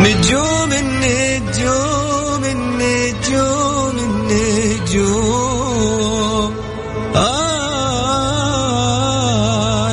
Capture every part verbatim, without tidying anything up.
نجوم النجوم النجوم النجوم آه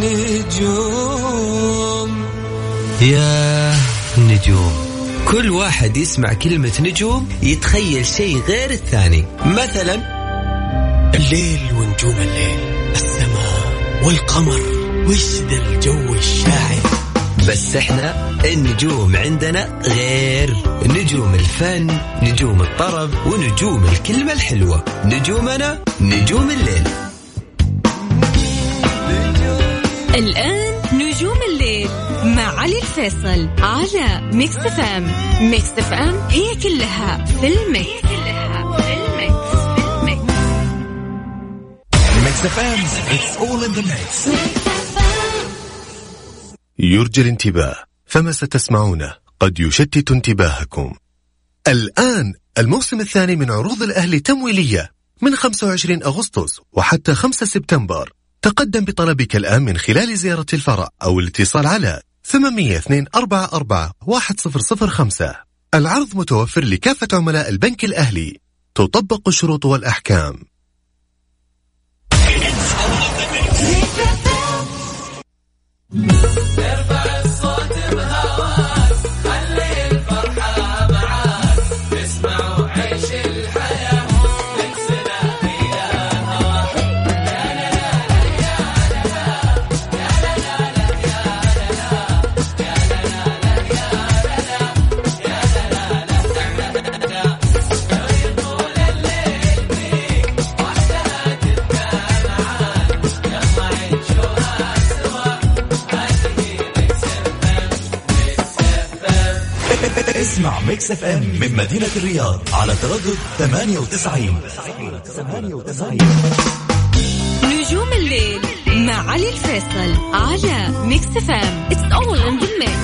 النجوم. يا نجوم، كل واحد يسمع كلمة نجوم يتخيل شيء غير الثاني. مثلا الليل ونجوم الليل، السماء والقمر، وش ذا الجو الشاعر. بس احنا النجوم عندنا غير، نجوم الفن، نجوم الطرب، ونجوم الكلمة الحلوة. نجومنا نجوم الليل. الآن نجوم الليل مع علي الفيصل على ميكس اف ام. ميكس اف ام هي كلها في الميكس. ميكس اف ام it's all in the mix. يرجى الانتباه، فما ستسمعونه قد يشتت انتباهكم. الآن الموسم الثاني من عروض الأهلي التمويلية من خمسة وعشرين أغسطس وحتى خمسة سبتمبر. تقدم بطلبك الآن من خلال زيارة الفرع أو الاتصال على ثمانية اثنين أربعة أربعة واحد صفر صفر خمسة. العرض متوفر لكافة عملاء البنك الأهلي. تطبق الشروط والأحكام. اسمع ميكس اف ام من مدينة الرياض على تردد ثمانية وتسعين. نجوم الليل مع علي الفيصل على ميكس اف ام. It's all in the mix.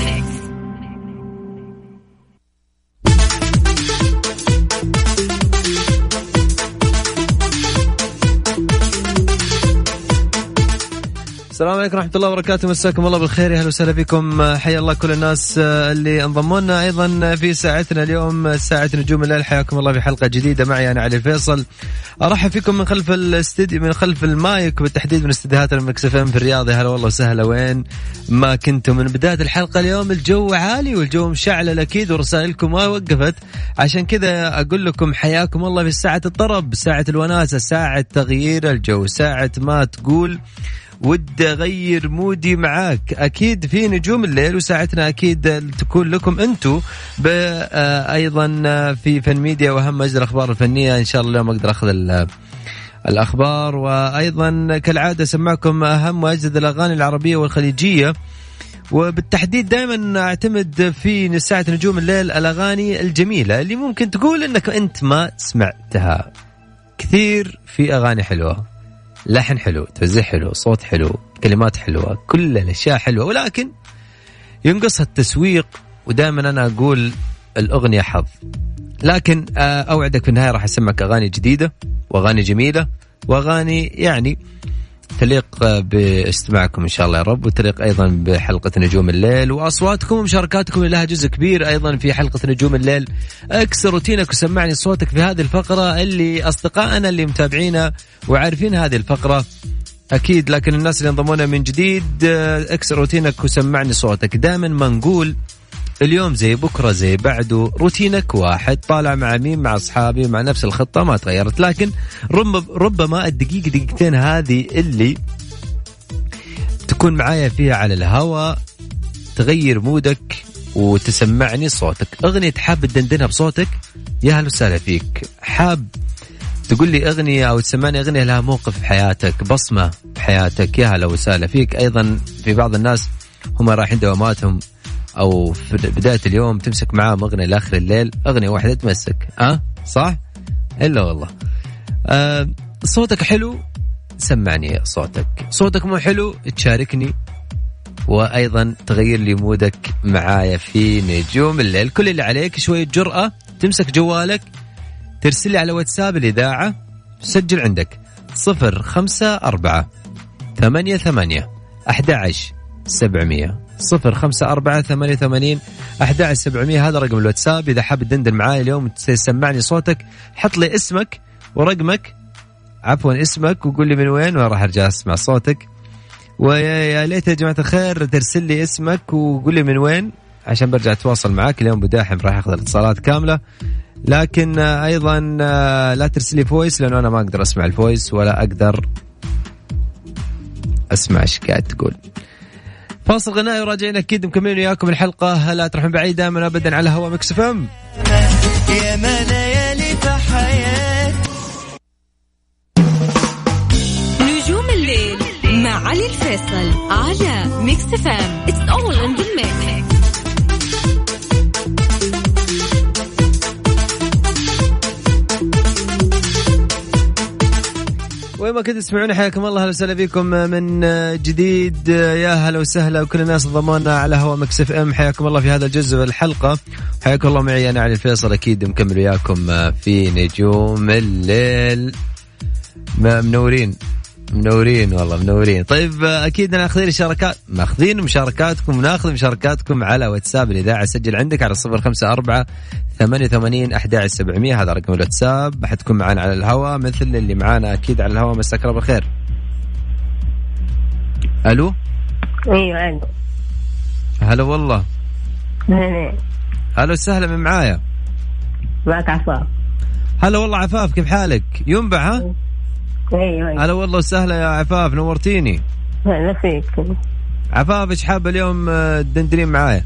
السلام عليكم ورحمة الله وبركاته. مساكم الله بالخير، أهلا وسهلا فيكم. حيا الله كل الناس اللي انضموا لنا أيضا في ساعتنا اليوم، ساعة نجوم الليل. حياكم الله في حلقة جديدة معي أنا علي الفيصل. أرحب فيكم من خلف الاستديو، من خلف المايك، بالتحديد من استديوهات المكس اف ام في الرياض. هلا والله وسهلا وين ما كنتم. من بداية الحلقة اليوم الجو عالي والجو مشعل أكيد، ورسائلكم ما وقفت، عشان كذا أقول لكم حياكم الله في ساعة الطرب، ساعة الوناسة، ساعة تغيير الجو، ساعة ما تقول ودي أغير مودي معاك. أكيد في نجوم الليل، وساعتنا أكيد تكون لكم أنتو أيضا في فن ميديا وأهم أجل الأخبار الفنية. إن شاء الله اليوم أقدر أخذ الأخبار، وأيضا كالعادة سمعكم أهم وأجدد الأغاني العربية والخليجية، وبالتحديد دائما أعتمد في ساعة نجوم الليل الأغاني الجميلة اللي ممكن تقول أنك أنت ما سمعتها كثير. في أغاني حلوة، لحن حلو، توزيع حلو، صوت حلو، كلمات حلوة، كل الأشياء حلوة، ولكن ينقصها التسويق. ودائما أنا أقول الأغنية حظ، لكن أوعدك في النهاية راح أسمعك أغاني جديدة وأغاني جميلة وأغاني يعني تليق باستماعكم إن شاء الله يا رب، وتليق أيضا بحلقة نجوم الليل، وأصواتكم ومشاركاتكم لها جزء كبير أيضا في حلقة نجوم الليل. اكسر روتينك وسمعني صوتك في هذه الفقرة، اللي أصدقائنا اللي متابعينا وعارفين هذه الفقرة أكيد، لكن الناس اللي انضمونا من جديد اكسر روتينك وسمعني صوتك. دائما ما نقول اليوم زي بكرة زي بعده، روتينك واحد، طالع مع مين؟ مع أصحابي، مع نفس الخطة ما تغيرت، لكن ربما الدقيقة دقيقتين هذه اللي تكون معايا فيها على الهواء تغير مودك وتسمعني صوتك. أغنية حاب تدندنها بصوتك، يا هلا وسهلا فيك. حاب تقول لي أغنية أو تسمعني أغنية لها موقف في حياتك، بصمة في حياتك، يا هلا وسهلا فيك. أيضا في بعض الناس هم رايحين دواماتهم أو في بداية اليوم تمسك معاهم أغنية لآخر الليل، أغنية واحدة تمسك، أه صح؟ إلا والله. أه صوتك حلو سمعني صوتك، صوتك مو حلو تشاركني، وأيضا تغير لي مودك معايا في نجوم الليل. كل اللي عليك شوية جرأة، تمسك جوالك ترسل لي على واتساب الإذاعة، سجل عندك صفر خمسة أربعة ثمانية ثمانية أحد عشر سبعمية، صفر خمسة أربعة ثمانية ثمانين أحد عشر سبعمية هذا رقم الواتساب. إذا حاب تدندن معاي اليوم تسمعني صوتك حط لي اسمك ورقمك، عفوا اسمك، وقول لي من وين وراح أرجع أسمع صوتك. ويا ليت يا جماعة الخير ترسل لي اسمك وقول لي من وين عشان برجع أتواصل معاك. اليوم بداحم راح أخذ الاتصالات كاملة، لكن أيضا لا ترسل لي فويس لأنه أنا ما أقدر أسمع الفويس ولا أقدر أسمع إيش قاعد تقول. فاصل غنائي وراجعين أكيد مكملين وياكم الحلقة. لا تروحون بعيد، دائما أبدا على هوا ميكس اف ام. يا ما ليالي في حياتي. نجوم الليل مع علي الفيصل على ميكس اف ام. It's all in the mix. وين ما كنت تسمعون حياكم الله، هلا وسهلا فيكم من جديد. يا هلا وسهلا وكل الناس انضمونا على هوا ميكس اف ام. حياكم الله في هذا الجزء من الحلقة. حياكم الله معي أنا علي الفيصل، أكيد مكمل وياكم في نجوم الليل. منورين منورين والله منورين. طيب أكيد ناخذين مشاركات، ماخذين مشاركاتكم وناخذ مشاركاتكم على واتساب الإذاعة. سجل عندك على صفر خمسة أربعة ثمانية ثمانين أحد عشر سبعمية، هذا رقم الواتساب. حتكون معنا على الهواء مثل اللي معانا أكيد على الهواء. مساك الله بالخير. ألو. ايوه الو. هلا والله. هلا. هلا وسهلا، من معايا؟ معك عفاف. هلا والله عفاف، كيف حالك؟ ينبع ها؟ ايوه. هلا والله وسهلا يا عفاف، نورتيني. هلا فيك عفاف. ايش حابه اليوم تدندنين معايا؟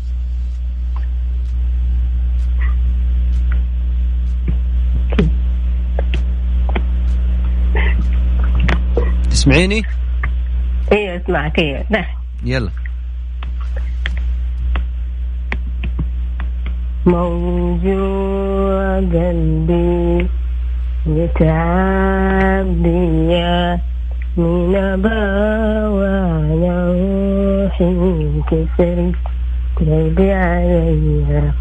تسمعيني؟ ايوه اسمعك. ايوه يلا. موجوع قلبي يتعب بيا من أباوى على روحي كسرت قلبي عليا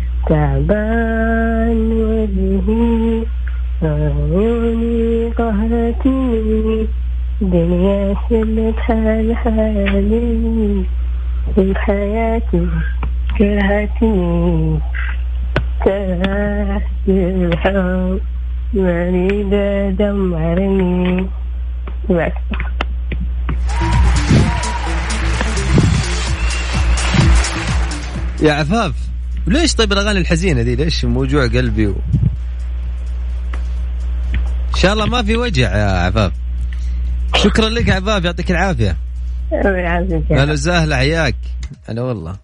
تعبان وجهي عيوني قهرتني دنيا شلت حال حالي في حياتي كرهتني كرهت الحب مريدة دمرني. بس يا عفاف ليش طيب الأغاني الحزينة دي؟ ليش موجوع قلبي و... إن شاء الله ما في وجع يا عفاف. شكرا لك يا عفاف، يعطيك العافية. هلا وسهلا، حياك. هلا والله.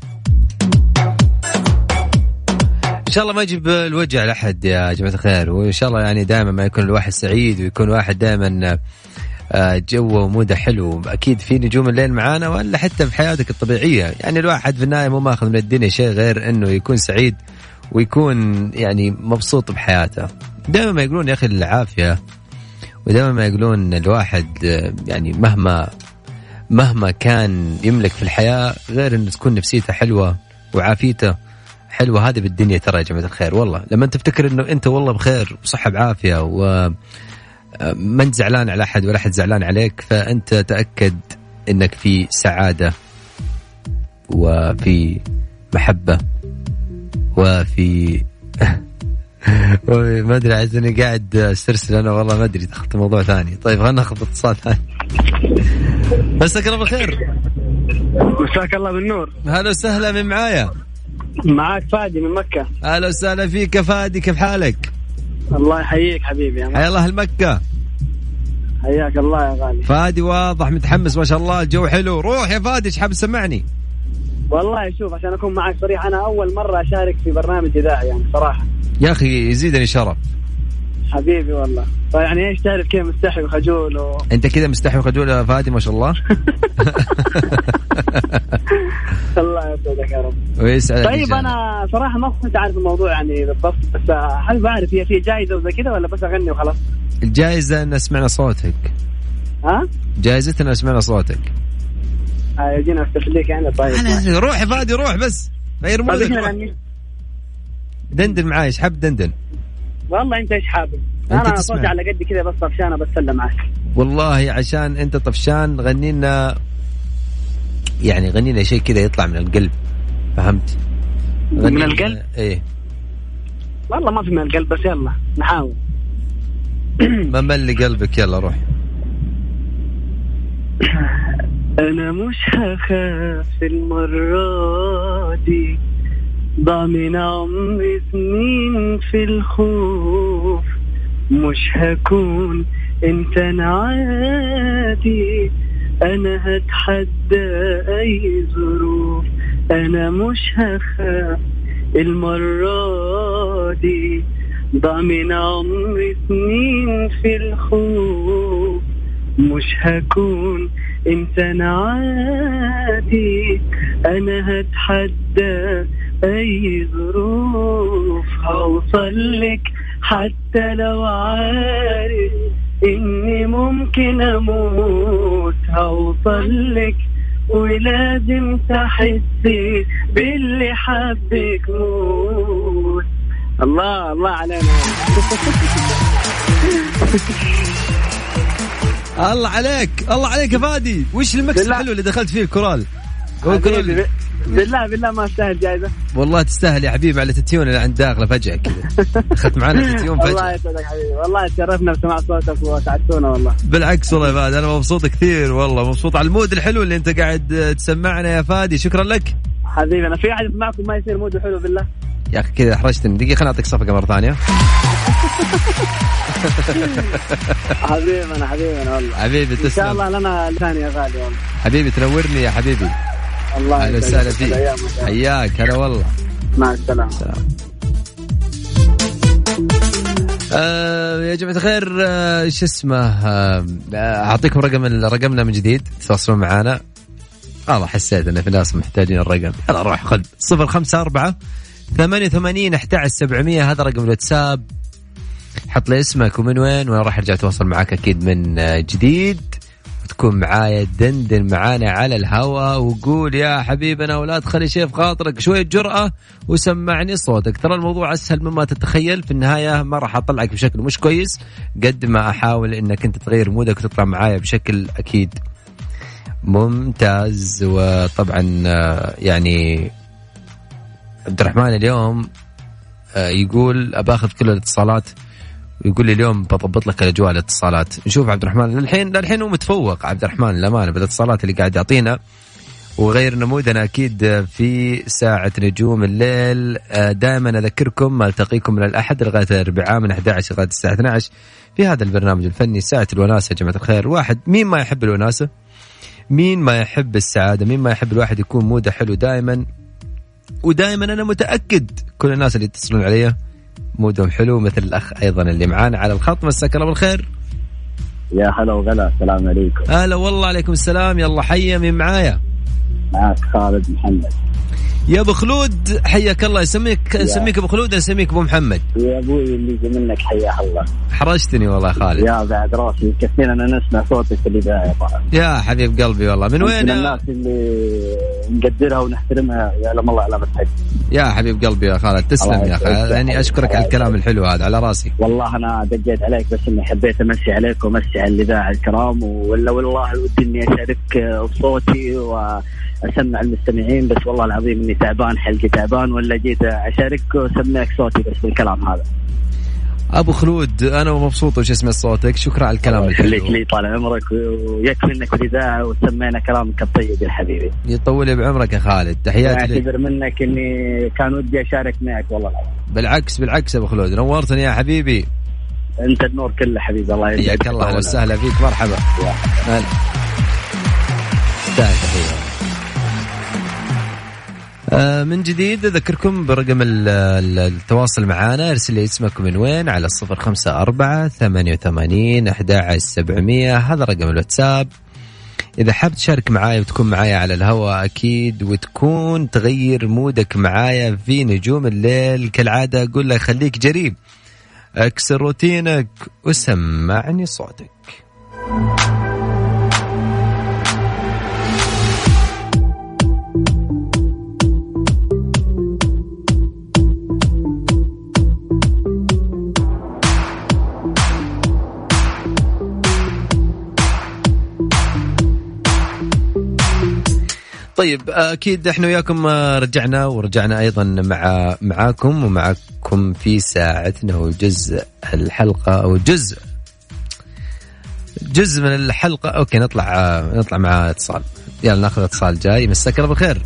إن شاء الله ما يجيب الوجع لأحد يا جماعة الخير، وإن شاء الله يعني دائما ما يكون الواحد سعيد ويكون واحد دائما جوه وموده حلو. أكيد في نجوم الليل معانا، ولا حتى في حياتك الطبيعية. يعني الواحد في النهاية مو ماخذ من الدنيا شيء غير أنه يكون سعيد ويكون يعني مبسوط بحياته. دائما ما يقولون يا أخي العافية، ودائما ما يقولون الواحد يعني مهما مهما كان يملك في الحياة غير أنه تكون نفسيته حلوة وعافيته حلوة. هذه بالدنيا ترى يا جماعة الخير. والله لما تفتكر أنه أنت والله بخير وصحة بعافية وما انت زعلان على أحد ولا أحد زعلان عليك، فأنت تأكد أنك في سعادة وفي محبة وفي ما أدري، عايزني قاعد استرسل أنا والله ما أدري، دخلت موضوع ثاني. طيب خلنا ناخذ اتصال ثاني. مساك الله بالخير. مساك الله بالنور. هلا وسهلا، من معايا؟ معاك فادي من مكة. أهلا وسهلا فيك يا فادي، كيف حالك؟ الله يحييك حبيبي. حيا الله المكة. حياك الله يا غالي. فادي واضح متحمس ما شاء الله، الجو حلو. روح يا فادي، ايش حاب تسمعني؟ والله شوف عشان أكون معك صريح، أنا أول مرة أشارك في برنامج إذاعي يعني صراحة. يا أخي يزيدني شرف حبيبي والله. فيعني إيش تعرف كيف مستحي وخجول و... أنت كذا مستحي وخجول يا فادي ما شاء الله. الله يسعدك يا رب ويسعدك. طيب أنا صراحة ما كنت عارف الموضوع يعني بالضبط، بس هل بعرف هي في جائزة وزي كذا ولا بس أغني وخلاص؟ الجائزة أن سمعنا صوتك. ها؟ جائزتنا سمعنا صوتك. آه يجينا استفليك يعني. طيب روح يا فادي روح، بس غير مودك. دندن معاي، ايش حاب دندن؟ والله انت ايش حابب؟ انا صوتي على قد كذا بس طفشانه بتسلم معك. والله عشان انت طفشان غنينا، يعني غنينا شيء كذا يطلع من القلب، فهمت؟ من القلب. ايه والله ما في من القلب بس يلا نحاول. ما ملي قلبك يلا روح. أنا مش هخاف المرة دي، ضاع من عمري سنين في الخوف، مش هكون إنسان عادي، أنا هتحدى أي ظروف. أنا مش هخاف المرة دي، ضاع من عمري سنين في الخوف، مش هكون إنسان عادي، أنا هتحدى أي ظروف. هوصلك حتى لو عارف إني ممكن أموت، هوصلك ولازم تحسي باللي حبك موت. الله الله علينا. الله عليك الله عليك يا فادي. وش المكس الحلو اللي دخلت فيه الكورال؟ بالله بالله ما استاهل جائزة. والله تستاهل يا حبيبي على تتيون اللي عند داخله فجأة كذا. أخذت معنا تتيون فجأة. والله يسعدك حبيبي، والله تشرفنا بسماع صوتك وسعدتونا والله. بالعكس والله يا فادي أنا مبسوط كثير والله، مبسوط على المود الحلو اللي أنت قاعد تسمعنا يا فادي. شكرا لك حبيبي. أنا في أحد معكم ما يصير مود حلو بالله يا أخي كذا حرجتني. دقيقة خلنا أعطيك صفقة مرة ثانية. حبيبي أنا حبيبي أنا والله حبيبي تسلم. إن شاء الله لنا ثانية يا غالي والله. حبيبي تنورني يا حبيبي. الله أهلا وسهلا فيك. حياك هلا والله. مع السلامة. سلام. آه يا جماعة الخير آه شو اسمه آه أعطيكم رقم رقمنا من جديد تتواصلون معنا. والله حسيت أن في ناس محتاجين الرقم. يلا روح خذ صفر خمسة أربعة ثمانية ثمانين أحد عشر سبعمية. هذا رقم الواتساب. حط لي اسمك ومن وين وأنا راح أرجع أتواصل معك أكيد من جديد، وتكون معايا دندن معانا على الهواء وقول يا حبيبنا ولا تخلي شيء في خاطرك، شوية جرأة وسمعني صوتك. ترى الموضوع أسهل مما تتخيل. في النهاية ما راح أطلعك بشكل مش كويس قد ما أحاول إنك أنت تغير مودك وتطلع معايا بشكل أكيد ممتاز. وطبعا يعني عبد الرحمن اليوم يقول أباخذ كل الاتصالات، ويقول لي اليوم بضبط لك الأجواء الاتصالات. نشوف عبد الرحمن للحين للحين هو متفوق عبد الرحمن الأمانة بالاتصالات اللي قاعد يعطينا، وغير نمودنا أكيد في ساعة نجوم الليل. دائما أذكركم ألتقيكم من الأحد لغاية الأربعاء من أحد عشر لغاية الساعة اثنتي عشرة في هذا البرنامج الفني ساعة الوناسة. يا جماعة الخير واحد مين ما يحب الوناسة؟ مين ما يحب السعادة؟ مين ما يحب الواحد يكون موده حلو دائما؟ ودائما أنا متأكد كل الناس اللي يتصلون علي مودهم حلو مثل الأخ أيضا اللي معانا على الخط. مساك الله بالخير. يا هلا وغلا. السلام عليكم. هلا والله عليكم السلام. يلا حيا من معايا. معك خالد محمد. يا ابو خلود حياك الله. يسميك يسميك ابو خلود يسميك ابو محمد؟ يا ابوي اللي يجي منك حياه الله. حرجتني والله خالد. يا بعد راسي كثير انا نسمع صوتك في الإذاعة طبعا. يا حبيب قلبي والله. من وين؟ من الناس اللي نقدرها ونحترمها يعلم الله علامة حق. يا حبيب قلبي يا خالد تسلم يا اخي. يعني اشكرك على الكلام الحلو هذا على راسي. والله انا دقيت عليك بس اني حبيت امسي عليك وامسي على الإذاعة الكرام، ولا والله ودي اني اشارك بصوتي واسمع المستمعين، بس والله العظيم اني تعبان حلقي تعبان، ولا جيت اشارك وسمعك صوتي بس بالكلام هذا. ابو خلود انا مبسوط وش اسمع صوتك. شكرا على الكلام الحلو. خليك لي طال عمرك، ويكفي انك في الاذاعه وسمعنا كلامك الطيب يا حبيبي. يطول بعمرك يا خالد. تحياتي لك. اعتذر منك اني كان ودي اشارك معك والله العظيم. بالعكس بالعكس ابو خلود نورتني يا حبيبي. انت النور كله حبيبي. الله يسعدك. حياك الله وسهلا فيك. مرحبا. هلا. تحياتي. من جديد أذكركم برقم التواصل معنا. ارسل لي اسمك من وين على الصفر خمسة أربعة ثمانية ثمانين أحد عشر سبعمية. هذا رقم الواتساب. إذا حاب تشارك معايا وتكون معايا على الهواء أكيد، وتكون تغير مودك معايا في نجوم الليل كالعادة، أقول لك خليك جريب، أكسر روتينك وسمعني صوتك. طيب اكيد احنا وياكم رجعنا ورجعنا ايضا مع معاكم ومعكم في ساعتنا وجزء الحلقه او جزء جزء من الحلقه. اوكي نطلع نطلع مع اتصال. يلا ناخذ اتصال جاي. مساك الله بالخير.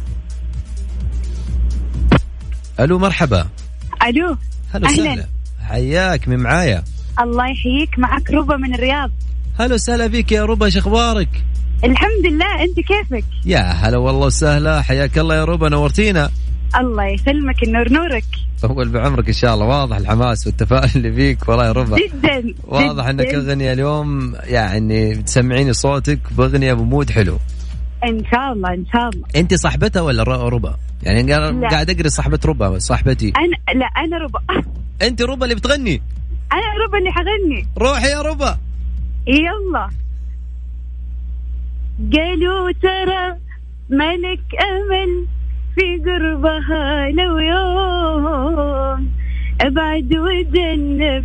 الو مرحبا. الو هلا وسهلا. حياك من معايا. الله يحييك. معك ربا من الرياض. هلا وسهلا بك يا ربا. شو اخبارك؟ الحمد لله. انت كيفك؟ يا هلا والله وسهلا. حياك الله يا ربا. نورتينا. الله يسلمك. النور نورك. طول بعمرك ان شاء الله. واضح الحماس والتفاؤل اللي فيك والله يا ربا. جدا. واضح انك اغنيه اليوم يعني بتسمعيني صوتك باغنيه بمود حلو. ان شاء الله ان شاء الله. انت صاحبتها ولا ربا؟ يعني قاعد اقري صاحبه ربا صاحبتي. انا لا انا ربا. انت ربا اللي بتغني؟ انا ربا اللي حغني. روحي يا ربا. يلا. قالوا ترى ملك امل في قربها لو يوم ابعد وجنب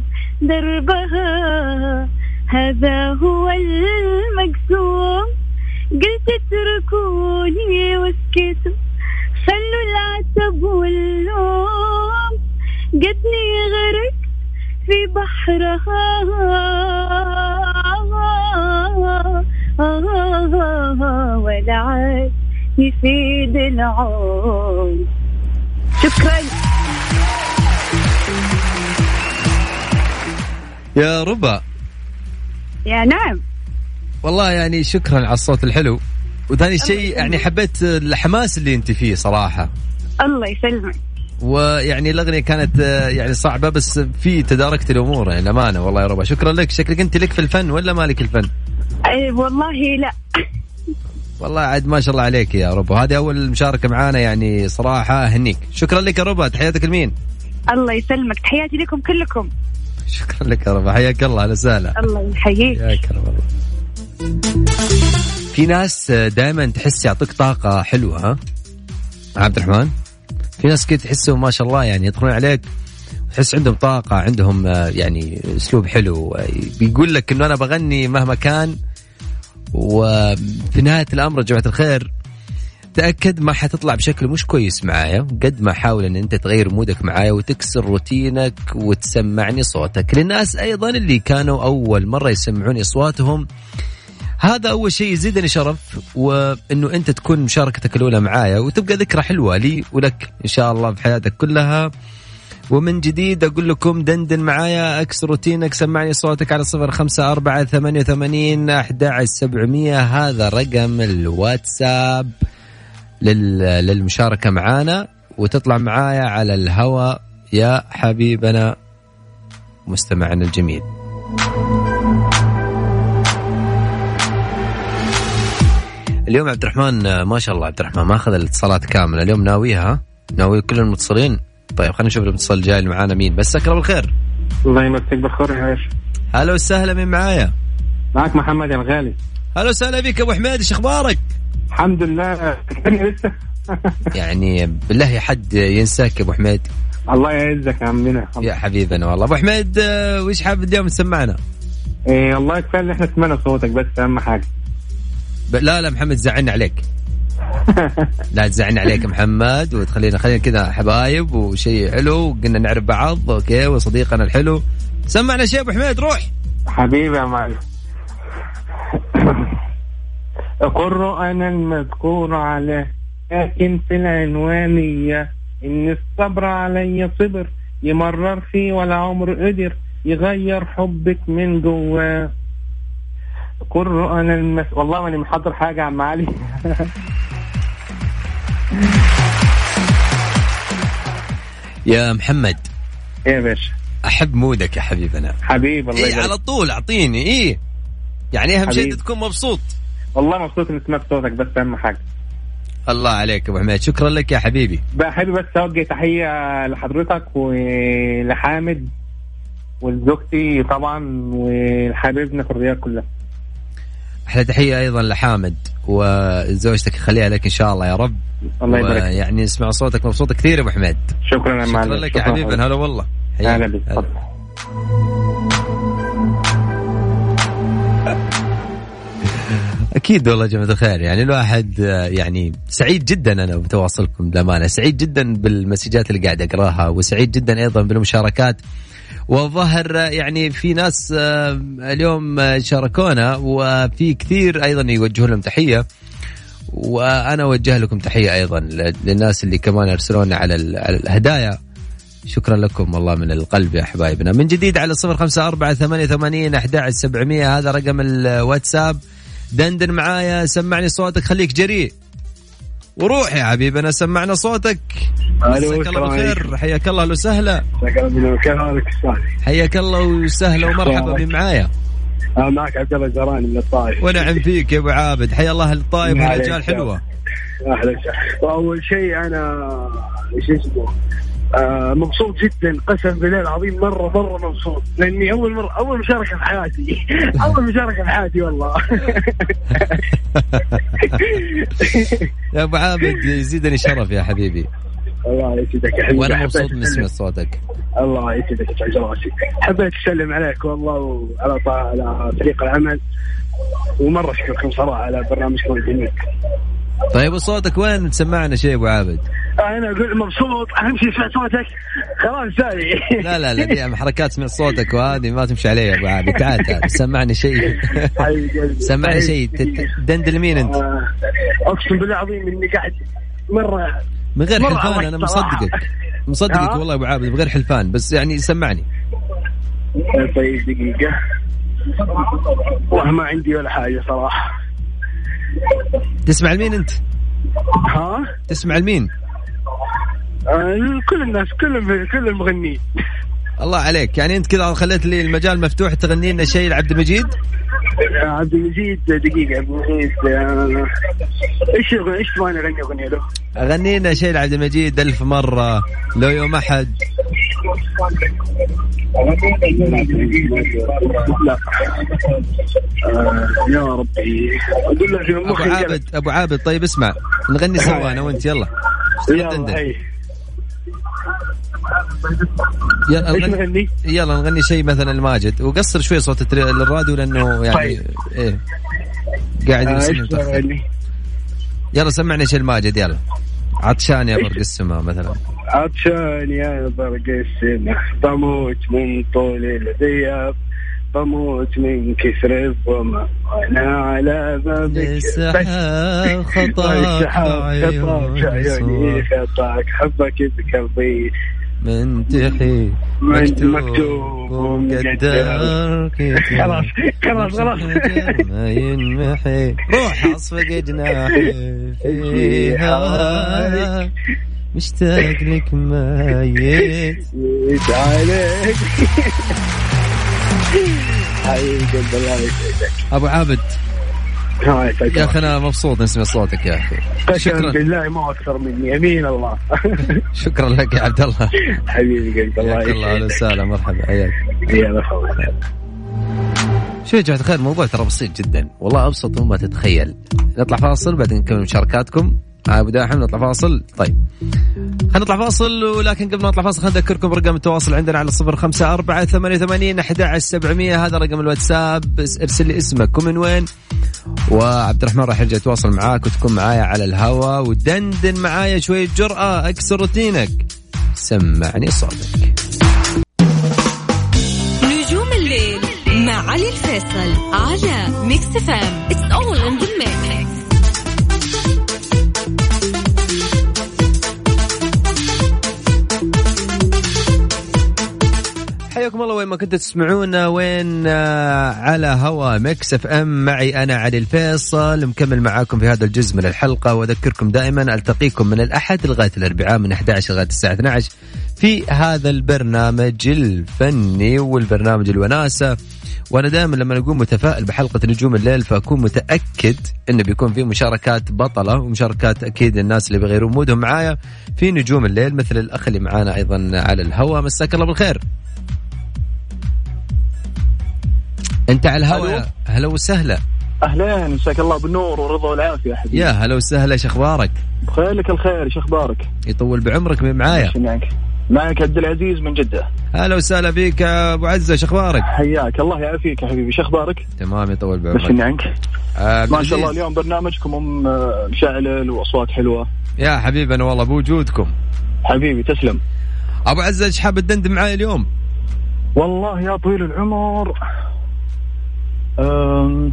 دربها هذا هو المقسوم. قلت اتركوني واسكتوا خلوا العتب واللوم قدني غرق في بحرها ولا عاد يفيد العون. شكرا يا ربا. يا نعم والله يعني شكرا على الصوت الحلو. وثاني شيء يعني حبيت الحماس اللي انت فيه صراحة. الله يسلمك. ويعني الأغنية كانت يعني صعبة بس في تداركت الأمور يعني الأمانة. والله يا ربا شكرا لك. شكلك أنت لك في الفن ولا مالك الفن؟ أي والله لا. والله عاد ما شاء الله عليك يا ربا. هذه أول مشاركة معانا يعني صراحة أهنيك. شكرا لك يا ربا. تحياتك لمين؟ الله يسلمك. تحياتي لكم كلكم. شكرا لك يا ربا. حياك الله. أهلا وسهلا. الله يحييك. حياك ربا. في ناس دائما تحس يعطيك طاقة حلوة. ها عبد الرحمن في ناس كده تحسهم ما شاء الله يعني يدخلون عليك تحس عندهم طاقة عندهم يعني أسلوب حلو بيقول لك إنه أنا بغني مهما كان. وفي نهاية الأمر جماعة الخير تأكد ما حتطلع بشكل مش كويس معايا قد ما حاول أن أنت تغير مودك معايا وتكسر روتينك وتسمعني صوتك. للناس أيضا اللي كانوا أول مرة يسمعوني أصواتهم هذا أول شيء يزيدني شرف وإنه أنت تكون مشاركتك الأولى معايا وتبقى ذكرى حلوة لي ولك إن شاء الله في حياتك كلها. ومن جديد أقول لكم دندن معايا أكسر روتينك سمعني صوتك على صفر خمسة أربعة ثمانية وثمانين أحد عشر سبعمية. هذا رقم الواتساب للمشاركة معانا وتطلع معايا على الهواء يا حبيبنا مستمعنا الجميل. اليوم عبد الرحمن ما شاء الله عبد الرحمن ما أخذ الاتصالات كاملة اليوم. ناويها ناوي كل المتصلين. طيب خلينا نشوف الاتصال الجاي اللي معانا مين. بس أكرم الخير. الله يمسك بالخير يا عيش. هلا وسهلا. من معايا؟ معك محمد يا الغالي. هلا وسهلا بك أبو حميد. إيش أخبارك؟ الحمد لله. لسه يعني بالله يا حد ينساك يا أبو حميد. الله يعزك يا عمنا يا حبيبنا والله. أبو حميد وإيش حابب اليوم تسمعنا؟ إيه الله يكفي اللي إحنا سمعنا صوتك بس أهم حاجة. لا لا محمد زعلنا عليك. لا تزعلنا عليك يا محمد وتخلينا خلينا كذا حبايب وشيء حلو وقلنا نعرف بعض. اوكي وصديقنا الحلو سمعنا شيء ابو حميد. روح حبيبي يا معلم. القرآن المذكور عليه لكن في العنوانية إن الصبر علي صبر يمرر فيه ولا عمر قدر يغير حبك من جواه. قرآن المس والله ماني محضر حاجة يا عم علي. يا محمد. ايه يا باشا. احب مودك يا حبيبنا. حبيب الله إيه على طول اعطيني ايه يعني اهم شيء تكون مبسوط. والله مبسوط اني سمعت صوتك بس اهم حاجة. الله عليك ابو حميد. شكرا لك يا حبيبي. بحب بس اوجه تحية لحضرتك ولحامد ولزوجتي طبعا ولحبيبنا في الرياض كلها. احلى تحية ايضا لحامد وزوجتك يخليها لك ان شاء الله يا رب. الله يبارك. يعني نسمع صوتك مبسوط كثير يا ابو حميد. شكرا يا معلم. شكرا لك يا حبيبي. هلا والله. هلا بك. أكيد والله جماعة الخير، يعني الواحد يعني سعيد جدا أنا بتواصلكم بأمانة، سعيد جدا بالمسجات اللي قاعد أقراها، وسعيد جدا أيضا بالمشاركات. وظهر يعني في ناس اليوم شاركونا، وفي كثير أيضا يوجهوا لهم تحية، وأنا أوجه لكم تحية أيضا للناس اللي كمان أرسلونا على الهدايا. شكرا لكم والله من القلب يا حبايبنا. من جديد على صفر خمسة أربعة ثمانية ثمانين أحد عشر سبعمية، هذا رقم الواتساب. دندن معايا، سمعني صوتك، خليك جريء وروح يا حبيبي، أنا سمعنا صوتك. مساك الله بالخير، حياك الله وسهلا. حياك الله وسهلا ومرحبا بمعايا. أنا معك عبد الله الزهراني من الطائف. ونعم فيك يا أبو عابد، حيا الله الطائف والرجال حلوة. أهلا. وأول شيء أنا إيش اسمه آه مبسوط جدا، قسم بالله العظيم مرة مرة مبسوط، لأني أول مرة أول مشاركة في حياتي أول مشاركة في حياتي والله. يا أبو عابد يزيدني شرف يا حبيبي. الله يسعدك يا حبيبي، وأنا مبسوط من سمع صوتك. الله يسعدك يسعد راسي. حبيت أسلم عليك والله وعلى على فريق العمل، ومرة أشكركم صراحة على برنامجكم الجميل. طيب وصوتك وين تسمعنا شيء أبو عابد؟ أنا أقول مبسوط، أهم شيء سمع صوتك خلاص ساي. لا لا لا دي حركات سمع صوتك وهذه ما تمشي علي يا أبو عابد. تعال تعال سمعني شيء. سمعني شيء. دندل مين أنت؟ أقسم بالله العظيم إني قاعد مرة من غير حلفان. أنا مصدقك مصدقك والله أبو عابد من غير حلفان، بس يعني سمعني. طيب دقيقة، والله ما عندي ولا حاجة صراحة. تسمع لمين أنت؟ ها؟ تسمع لمين؟ آه كل الناس، كل كل المغنيين. الله عليك، يعني أنت كذا خليت لي المجال مفتوح تغني لنا شيء لعبد المجيد؟ عبد المجيد دقيقة، عبد المجيد آه إيش إيش تبغى أغني أغني له؟ أغني لنا شيء لعبد المجيد ألف مرة، لو يوم أحد. لا آه يا ربي أقول لك أبو عابد. أبو عابد طيب اسمع، نغني سوا أنا وأنت. يلا يلا يلا نغني. يلا نغني شيء مثلا الماجد، وقصر شوي صوت الراديو لأنه يعني طيب. إيه قاعد يسمع. آه يلا سمعنا شيء الماجد. يلا عطشان يا برق السماء مثلا. عطشان يا برق السماء، بموت من طول الغياب، بموت من كثر الظما، وانا على بابك سحاب خطاك عيوني، خطاك حبك بقلبي منتحي مكتوب ومقدر. خلاص خلاص خلاص ما ينمحي، روح اصفق جناحي في هواك، مشتاق لك ميت عليك. حبيبي بالله يسعدك ابو عابد. يا اخي انا مبسوط نسمع صوتك يا اخي. شكرا بالله ما اكثر مني، يمين الله. شكرا لك يا عبد الله حبيبي قلبي. الله يسعدك. الله وسهلا مرحبا. حياك. يا مرحبا. شو يا جماعة الخير، الموضوع ترى بسيط جدا والله، أبسط مما تتخيل. نطلع فاصل بعدين نكمل مشاركاتكم. أبو داحم نطلع فاصل. طيب خلينا نطلع فاصل، ولكن قبل ما نطلع فاصل خلينا نذكركم برقم التواصل عندنا على صفر خمسة أربعة ثمانية ثمانين أحد عشر سبعمية، هذا رقم الواتساب. ارسل لي اسمك ومن وين، وعبد الرحمن راح يرجع يتواصل معاك وتكون معايا على الهواء، ودندن معايا شوية جرأة، اكسر روتينك، سمعني صوتك. نجوم الليل مع علي الفيصل على ميكس فام. It's all in the mix. حياكم الله وين ما كنتوا تسمعونا، وين على هوا ميكس اف ام. معي أنا علي الفيصل مكمل معاكم في هذا الجزء من الحلقة، وأذكركم دائما ألتقيكم من الأحد لغاية الأربعاء من أحد عشر لغاية الساعة اثنتي عشرة في هذا البرنامج الفني والبرنامج الوناسة. وأنا دائما لما أكون متفائل بحلقة نجوم الليل فأكون متأكد إنه بيكون في مشاركات بطلة، ومشاركات أكيد الناس اللي بيغيرون مودهم معايا في نجوم الليل، مثل الأخ اللي معانا أيضا على الهوا. مساك الله بالخير. أنت على الهواء. هلا وسهلا. أهلين، مساك الله بالنور والرضا والعافية حبيبي. يا هلا وسهلا، ايش أخبارك؟ بخير لك الخير، ايش أخبارك؟ يطول بعمرك من معايا. معك عبد العزيز من جدة. هلا وسهلا فيك ابو عزة، شو اخبارك؟ حياك الله يعافيك يا حبيبي، شو اخبارك؟ تمام يطول بعمرك. بس عنك آه ما شاء الله اليوم برنامجكم ام مشعل واصوات حلوه يا حبيبي. انا والله بوجودكم حبيبي، تسلم. ابو عزة ايش حاب تدندن معاي اليوم؟ والله يا طويل العمر أم...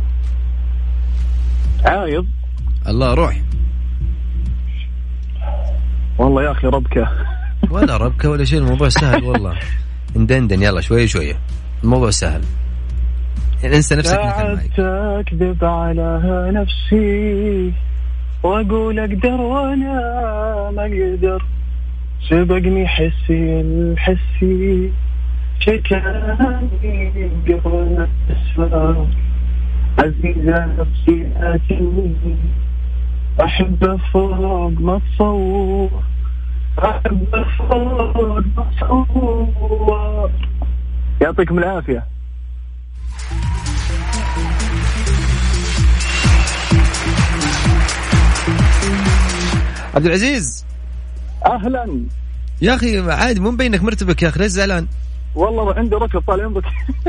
عايض. الله روح. والله يا اخي ربكه. ولا ربكه ولا شيء، الموضوع سهل والله. ندندن يلا شوي شوي، الموضوع سهل. يعني انسى نفسك مثل ما اكذب على نفسي واقول اقدر وانا ما اقدر، سبقني حسي الحسي شكاني قبل السفر، عزيزة نفسي آتني أحب فوق ما تصور، أحب فوق ما تصور. يعطيكم العافية. عبد العزيز أهلا يا أخي. عادي مو مبينك مرتبك يا أخي، ليش زعلان؟ والله عندي ركض طال عمرك.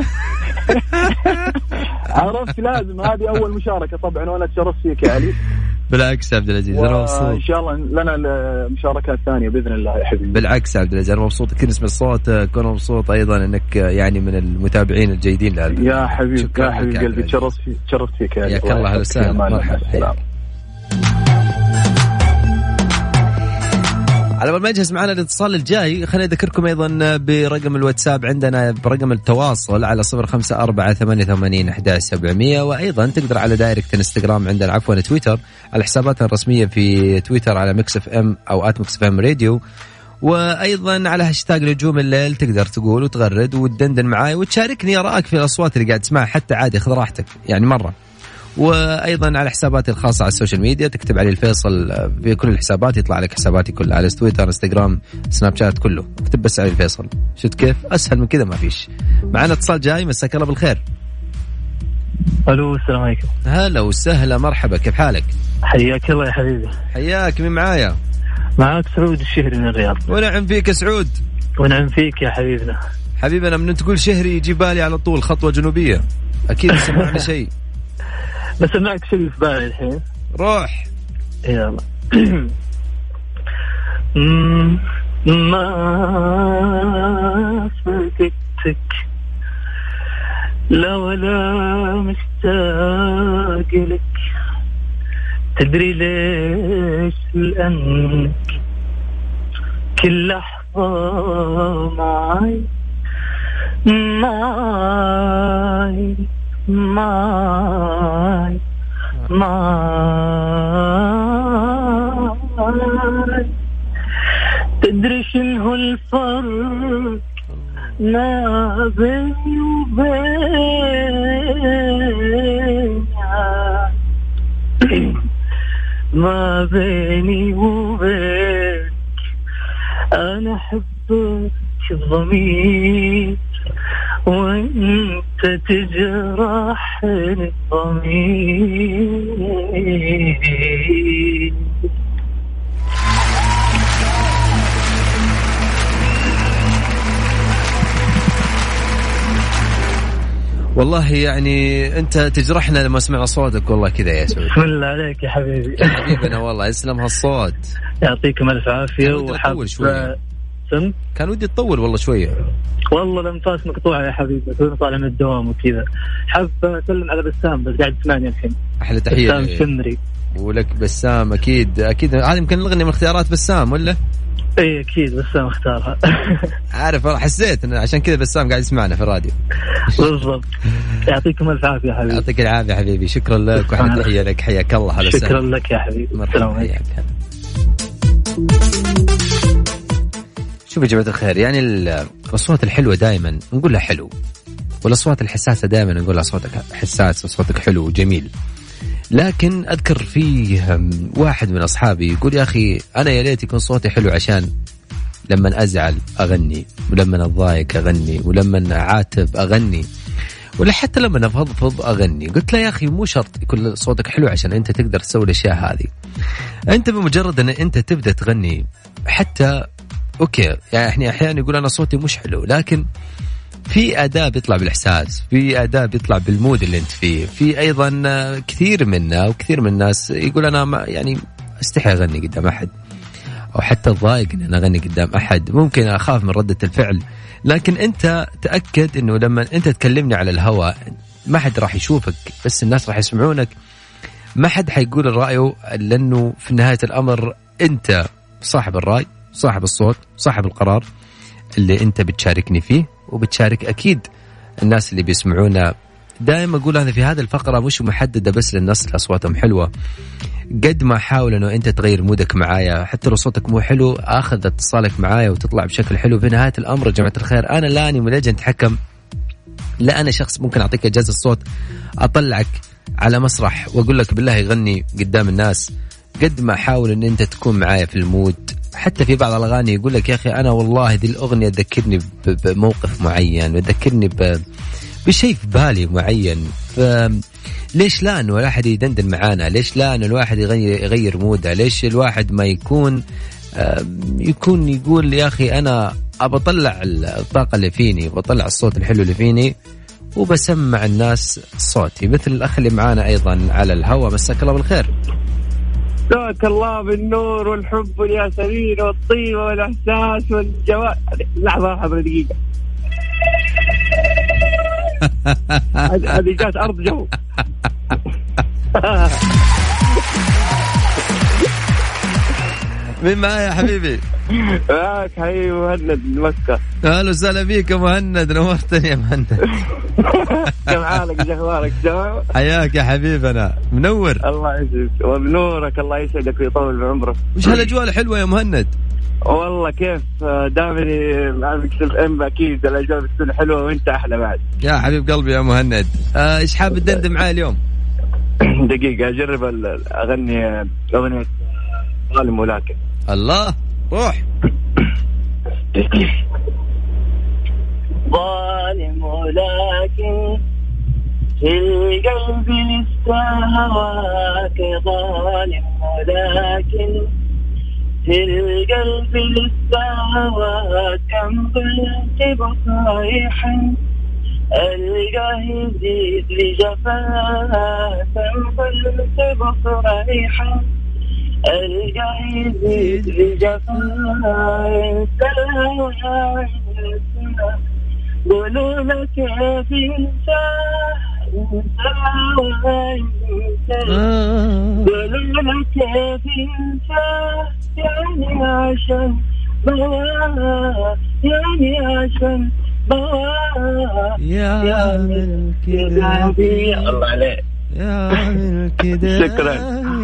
عرفت لازم، هذه أول مشاركة طبعا وأنا أتشرف فيك يا علي. بالعكس يا عبد العزيز أنا مبسوط. إن شاء الله لنا المشاركات الثانية بإذن الله يا حبيبي. بالعكس يا عبد العزيز أنا مبسوط كثير نسمع صوتك، وأنا مبسوط أيضا أنك يعني من المتابعين الجيدين لهذا. يا حبيبي يا حبيبي قلبي، تشرفت فيك تشرفت فيك يا حياك الله. هلا وسهلا، مرحبا. على ما يجهز معنا الاتصال الجاي، خليني أذكركم أيضا برقم الواتساب عندنا، برقم التواصل على صفر خمسة أربعة ثمانية ثمانين أحد عشر سبعمية، وأيضا تقدر على دايركت انستغرام عندنا، عفوا تويتر، على حساباتنا الرسمية في تويتر على ميكس اف ام أو آت ميكس اف ام راديو، وأيضا على هاشتاج نجوم الليل تقدر تقول وتغرد وتدندن معاي وتشاركني آرائك في الأصوات اللي قاعد تسمعها، حتى عادي خذ راحتك يعني مرة. وأيضا على حساباتي الخاصة على السوشيال ميديا تكتب علي الفيصل في كل الحسابات يطلع لك حساباتي كلها، على تويتر انستغرام سناب شات كله، اكتب بس علي الفيصل. شفت كيف أسهل من كذا ما فيش. معنا اتصال جاي، مساك الله بالخير. ألو السلام عليكم. هلا وسهلا، مرحبا، كيف حالك؟ حياك الله يا حبيبي. حياك. مين معايا؟ معاك سعود الشهري من الرياض. ونعم فيك يا سعود. ونعم فيك يا حبيبنا. حبيبنا من تقول شهري يجي بالي على طول خطوة جنوبية، أكيد سمعنا شيء. بس سمعك شيء في بالي الحين. روح يلا. ما فكرتك لا ولا مشتاق لك، تدري ليش؟ لأنك كل لحظة معي معي معي معي، تدري شنو الفرق ما بيني وبينك، ما بيني وبينك، أنا أحبك الضمير وانت تجرحني الضمير. والله يعني انت تجرحنا لما سمعنا صوتك والله كذا يا سعود. بسم الله عليك يا حبيبي. يا حبيبنا والله يسلم هالصوت. يعطيكم الف عافيه. وحاب سم كان ودي تطول والله شويه. والله الانفاس مقطوعه يا حبيبي، كنت طالع من الدوام وكذا. حاب اسلم على بسام بس قاعد تسمعني الحين. احلى تحيه بسام شمري. ولك بسام اكيد اكيد هذه يمكن الاغنيه من اختيارات بسام ولا؟ اي اكيد بسام اختارها. عارف حسيت انه عشان كذا بسام قاعد يسمعنا في الراديو. بالضبط. يعطيكم الف عافيه يا حبيبي. يعطيك العافيه حبيبي، شكرا لك واحلى تحيه لك، حياك الله. هلا شكرا لك يا حبيبي. السلام عليكم. شوف يا جماعة الخير، يعني الأصوات الحلوة دائما نقول لها حلو، والأصوات الحساسة دائما نقول لها صوتك حساس وصوتك حلو وجميل. لكن أذكر فيه واحد من أصحابي يقول يا أخي أنا يا ليت يكون صوتي حلو عشان لما أزعل أغني، ولما أضايق أغني، ولما أعاتب أغني، ولا حتى لما أفضفض أغني. قلت له يا أخي مو شرط يكون صوتك حلو عشان أنت تقدر تسوي الأشياء هذه. أنت بمجرد أن أنت تبدأ تغني، حتى أوكي يعني إحنا أحيانا يقول أنا صوتي مش حلو، لكن في أداء بيطلع بالإحساس، في أداء بيطلع بالمود اللي أنت فيه. في أيضا كثير منا وكثير من الناس يقول أنا ما يعني استحي أغني قدام أحد، أو حتى الضايق إن أنا أغني قدام أحد، ممكن أخاف من ردة الفعل. لكن أنت تأكد إنه لما أنت تكلمني على الهواء ما حد راح يشوفك، بس الناس راح يسمعونك، ما حد حيقول الرأي، لأنه في نهاية الأمر أنت صاحب الرأي، صاحب الصوت، صاحب القرار اللي أنت بتشاركني فيه، وبتشارك أكيد الناس اللي بيسمعونا. دائما أقول أنا في هذه الفقرة مش محددة بس للناس اللي أصواتهم حلوة، قد ما حاول أنه أنت تغير مودك معايا، حتى لو صوتك مو حلو أخذ اتصالك معايا وتطلع بشكل حلو. في نهاية الأمر يا جماعة الخير أنا لا أني ملجأ أتحكم، لا أنا شخص ممكن أعطيك إجازة الصوت أطلعك على مسرح وأقول لك بالله يغني قدام الناس، قد ما حاول أن أنت تكون معايا في المود. حتى في بعض الأغاني يقول لك يا أخي أنا والله دي الأغنية تذكرني بموقف معين وتذكرني بشيء في بالي معين، فليش لا أنه الواحد يدندن معانا؟ ليش لا أنه الواحد يغير, يغير موده؟ ليش الواحد ما يكون يكون يقول يا أخي أنا أبطلع الطاقة اللي فيني، بطلع الصوت الحلو اللي فيني وبسمع الناس صوتي، مثل الأخ اللي معانا أيضا على الهواء. مساك الله بالخير. مساك الله بالنور والحب والياسمين والطيبة والإحساس والجوال. لحظة لحظة دقيقة هذه جات أرض جو. مين معايا يا حبيبي؟ معاك حبيبي مهند من مكة. أهلا وسهلا فيك يا مهند، نورتني يا مهند. كم حالك يا أخبارك؟ تمام. حياك يا حبيبنا، منور. الله يسعدك وبنورك، الله يسعدك ويطول بعمرك. وش هالأجواء الحلوة يا مهند؟ والله كيف دامني مع مكس اف ام اكيد الاجواء بتكون حلوه وانت احلى بعد يا حبيب قلبي يا مهند. ايش حاب تدندن معاي اليوم؟ دقيقه اجرب اغني اغنيه ظالم ولكن. الله روح. ظالم ولكن في القلب لسه هواك، ظالم ولكن في القلب لسه هواك، كم قلت بصريحا ألقاه يزيد لجفاك، كم قلت بصريحا ألقاه يزيد لجفاك، انت الهوى قولوا لك كيف ينساه، انت الهوى قولوا لك كيف ينساه، يعني عشان بواه، يعني عشان بواه، يا عامل كده الله عليك يا عامل كده. شكرا.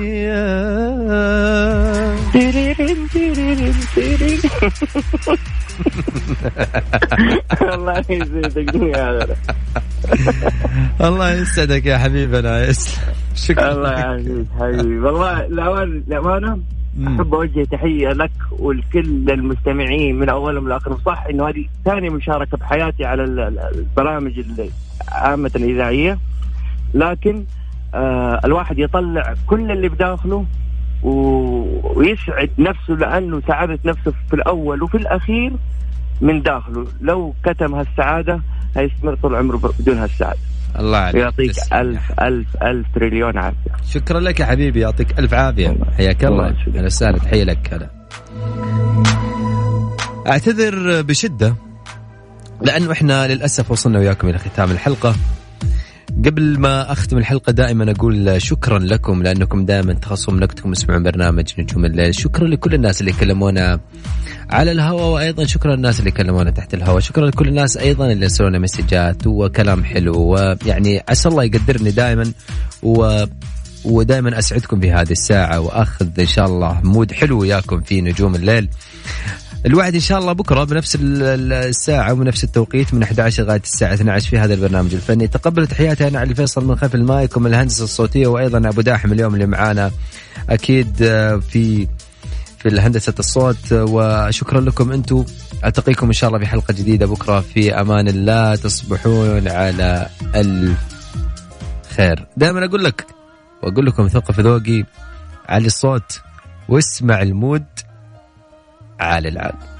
الله يسعدك يا الله يسعدك يا حبيبنا، يسلم. شكرا. الله يعافيك حبيبي. والله للأمانة أحب أوجه تحية لك ولكل المستمعين من أولهم لآخرهم. صح إنه هذه ثاني مشاركة بحياتي على البرامج عامة الإذاعية، لكن آه الواحد يطلع كل اللي بداخله ويسعد نفسه، لأنه سعادة نفسه في الأول وفي الأخير من داخله. لو كتم هالسعادة هيستمر طول عمره بدون هالسعادة. الله عليك. يعطيك ألف ألف ألف تريليون عافية. شكرا لك يا حبيبي، يعطيك ألف عافية. حياك الله. أنا سهل تحية لك. هلا أعتذر بشدة لأنه إحنا للأسف وصلنا وياكم إلى ختام الحلقة. قبل ما أختم الحلقة دائما أقول شكرا لكم لأنكم دائما تخصصون وقتكم تسمعون برنامج نجوم الليل. شكرا لكل الناس اللي كلمونا على الهواء، وأيضا شكرا للناس اللي كلمونا تحت الهواء. شكرا لكل الناس أيضا اللي يرسلونا مسجات وكلام حلو، ويعني عسى الله يقدرني دائما و ودائما أسعدكم بهذه الساعة، وأخذ إن شاء الله مود حلو وياكم في نجوم الليل. الوعد إن شاء الله بكرة بنفس الساعة ونفس التوقيت من أحد عشر لغاية الساعة اثنتي عشرة في هذا البرنامج الفني. تقبل تحياتي أنا علي الفيصل من خلف المايك ومن الهندسة الصوتية، وأيضا أبو داحم اليوم اللي معانا أكيد في في الهندسة الصوت. وشكرا لكم أنتم. ألتقيكم إن شاء الله في حلقة جديدة بكرة. في أمان الله، تصبحون على ألف خير. دائما أقول لك وأقول لكم ثقة في ذوقي، علي الصوت واسمع المود، عالي العال.